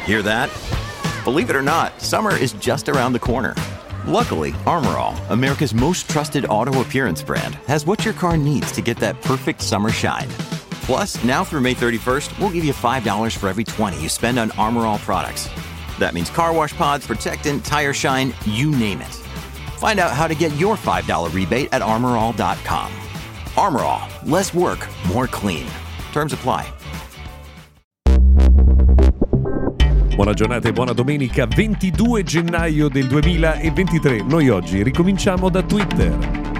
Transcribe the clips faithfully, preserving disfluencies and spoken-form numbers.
Hear that? Believe it or not, summer is just around the corner. Luckily, Armor All, America's most trusted auto appearance brand, has what your car needs to get that perfect summer shine. Plus, now through May thirty-first, we'll give you five dollars for every twenty you spend on Armor All products. That means car wash pods, protectant, tire shine, you name it. Find out how to get your five dollars rebate at armor all dot com. Armor All, less work, more clean. Terms apply. Buona giornata e buona domenica, ventidue gennaio del duemilaventitré. Noi oggi ricominciamo da Twitter.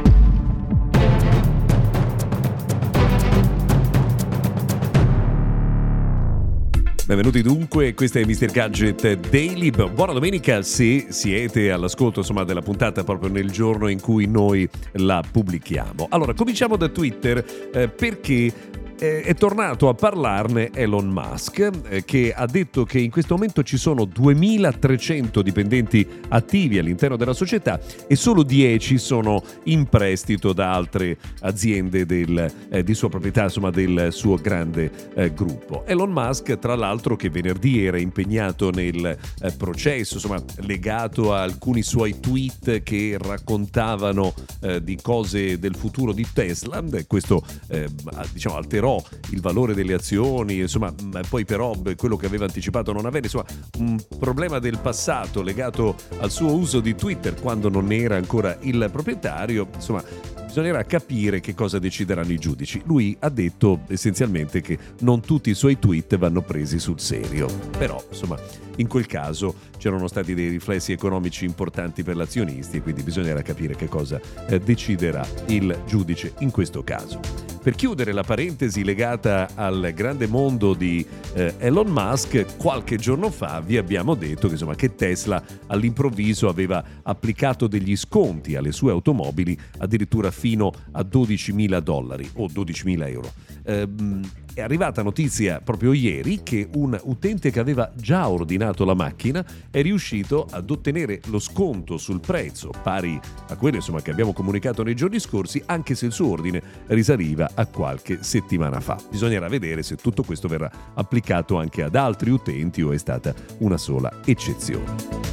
Benvenuti dunque, questa è mister Gadget Daily. Buona domenica se siete all'ascolto insomma della puntata proprio nel giorno in cui noi la pubblichiamo. Allora, cominciamo da Twitter eh, perché è tornato a parlarne Elon Musk, eh, che ha detto che in questo momento ci sono duemilatrecento dipendenti attivi all'interno della società e solo dieci sono in prestito da altre aziende del, eh, di sua proprietà, insomma del suo grande eh, gruppo. Elon Musk, tra l'altro, che venerdì era impegnato nel eh, processo, insomma legato a alcuni suoi tweet che raccontavano eh, di cose del futuro di Tesla. Questo eh, diciamo alterò il valore delle azioni, insomma, poi però quello che aveva anticipato non avere, insomma, un problema del passato legato al suo uso di Twitter quando non era ancora il proprietario, insomma, bisognerà capire che cosa decideranno i giudici. Lui ha detto essenzialmente che non tutti i suoi tweet vanno presi sul serio, però insomma in quel caso c'erano stati dei riflessi economici importanti per l'azionisti e quindi bisognerà capire che cosa eh, deciderà il giudice in questo caso. Per chiudere la parentesi legata al grande mondo di eh, Elon Musk, qualche giorno fa vi abbiamo detto che, insomma, che Tesla all'improvviso aveva applicato degli sconti alle sue automobili addirittura fino a dodicimila dollari o dodicimila euro. Ehm, è arrivata notizia proprio ieri che un utente che aveva già ordinato la macchina è riuscito ad ottenere lo sconto sul prezzo pari a quello, insomma, che abbiamo comunicato nei giorni scorsi, anche se il suo ordine risaliva a qualche settimana fa. Bisognerà vedere se tutto questo verrà applicato anche ad altri utenti o è stata una sola eccezione.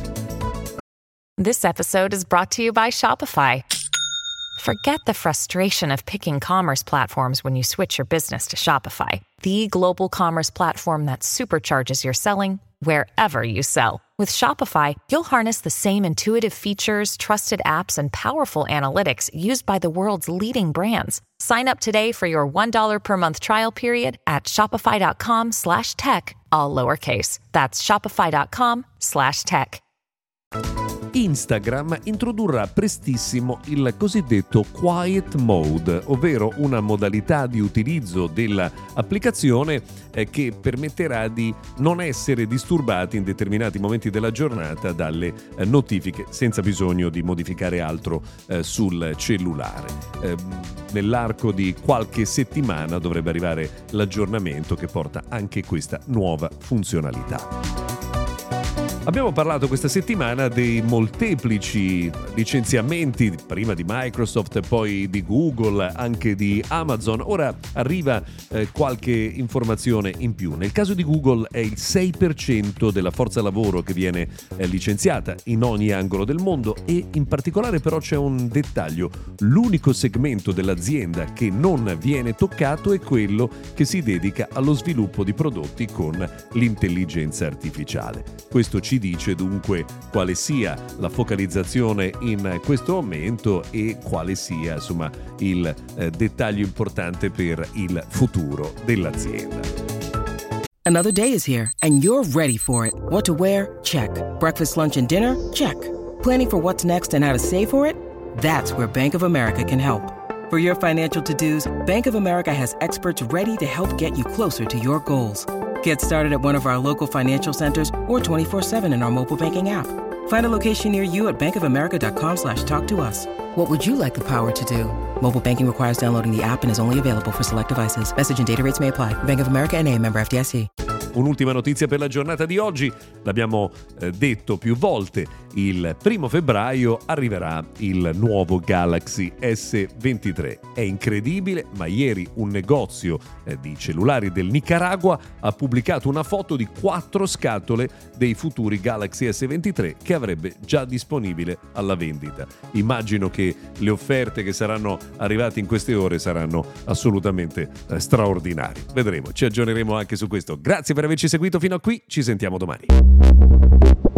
This episode is brought to you by Shopify. Forget the frustration of picking commerce platforms when you switch your business to Shopify, the global commerce platform that supercharges your selling wherever you sell. With Shopify, you'll harness the same intuitive features, trusted apps, and powerful analytics used by the world's leading brands. Sign up today for your one dollar per month trial period at shopify.com slash tech, all lowercase. That's shopify.com slash tech. Instagram introdurrà prestissimo il cosiddetto Quiet Mode, ovvero una modalità di utilizzo dell'applicazione eh, che permetterà di non essere disturbati in determinati momenti della giornata dalle eh, notifiche senza bisogno di modificare altro eh, sul cellulare. Eh, nell'arco di qualche settimana dovrebbe arrivare l'aggiornamento che porta anche questa nuova funzionalità. Abbiamo parlato questa settimana dei molteplici licenziamenti, prima di Microsoft, poi di Google, anche di Amazon. Ora arriva eh, qualche informazione in più. Nel caso di Google è il sei per cento della forza lavoro che viene eh, licenziata in ogni angolo del mondo e in particolare però c'è un dettaglio. L'unico segmento dell'azienda che non viene toccato è quello che si dedica allo sviluppo di prodotti con l'intelligenza artificiale. Questo ci dice dunque quale sia la focalizzazione in questo momento e quale sia, insomma, il eh, dettaglio importante per il futuro dell'azienda. Another day is here and you're ready for it. What to wear? Check. Breakfast, lunch, and dinner? Check. Planning for what's next and how to save for it? That's where Bank of America can help. For your financial to-dos, Bank of America has experts ready to help get you closer to your goals. Get started at one of our local financial centers or twenty-four seven in our mobile banking app. Find a location near you at bankofamerica.com slash talk to us. What would you like the power to do? Mobile banking requires downloading the app and is only available for select devices. Message and data rates may apply. Bank of America N A, member F D I C. un'ultima notizia per la giornata di oggi, l'abbiamo eh, detto più volte, il primo febbraio arriverà il nuovo Galaxy S ventitré. È incredibile, ma ieri un negozio eh, di cellulari del Nicaragua ha pubblicato una foto di quattro scatole dei futuri Galaxy S ventitré che avrebbe già disponibile alla vendita. Immagino che le offerte che saranno arrivate in queste ore saranno assolutamente eh, straordinarie. Vedremo, ci aggiorneremo anche su questo. Grazie per averci seguito fino a qui, ci sentiamo domani.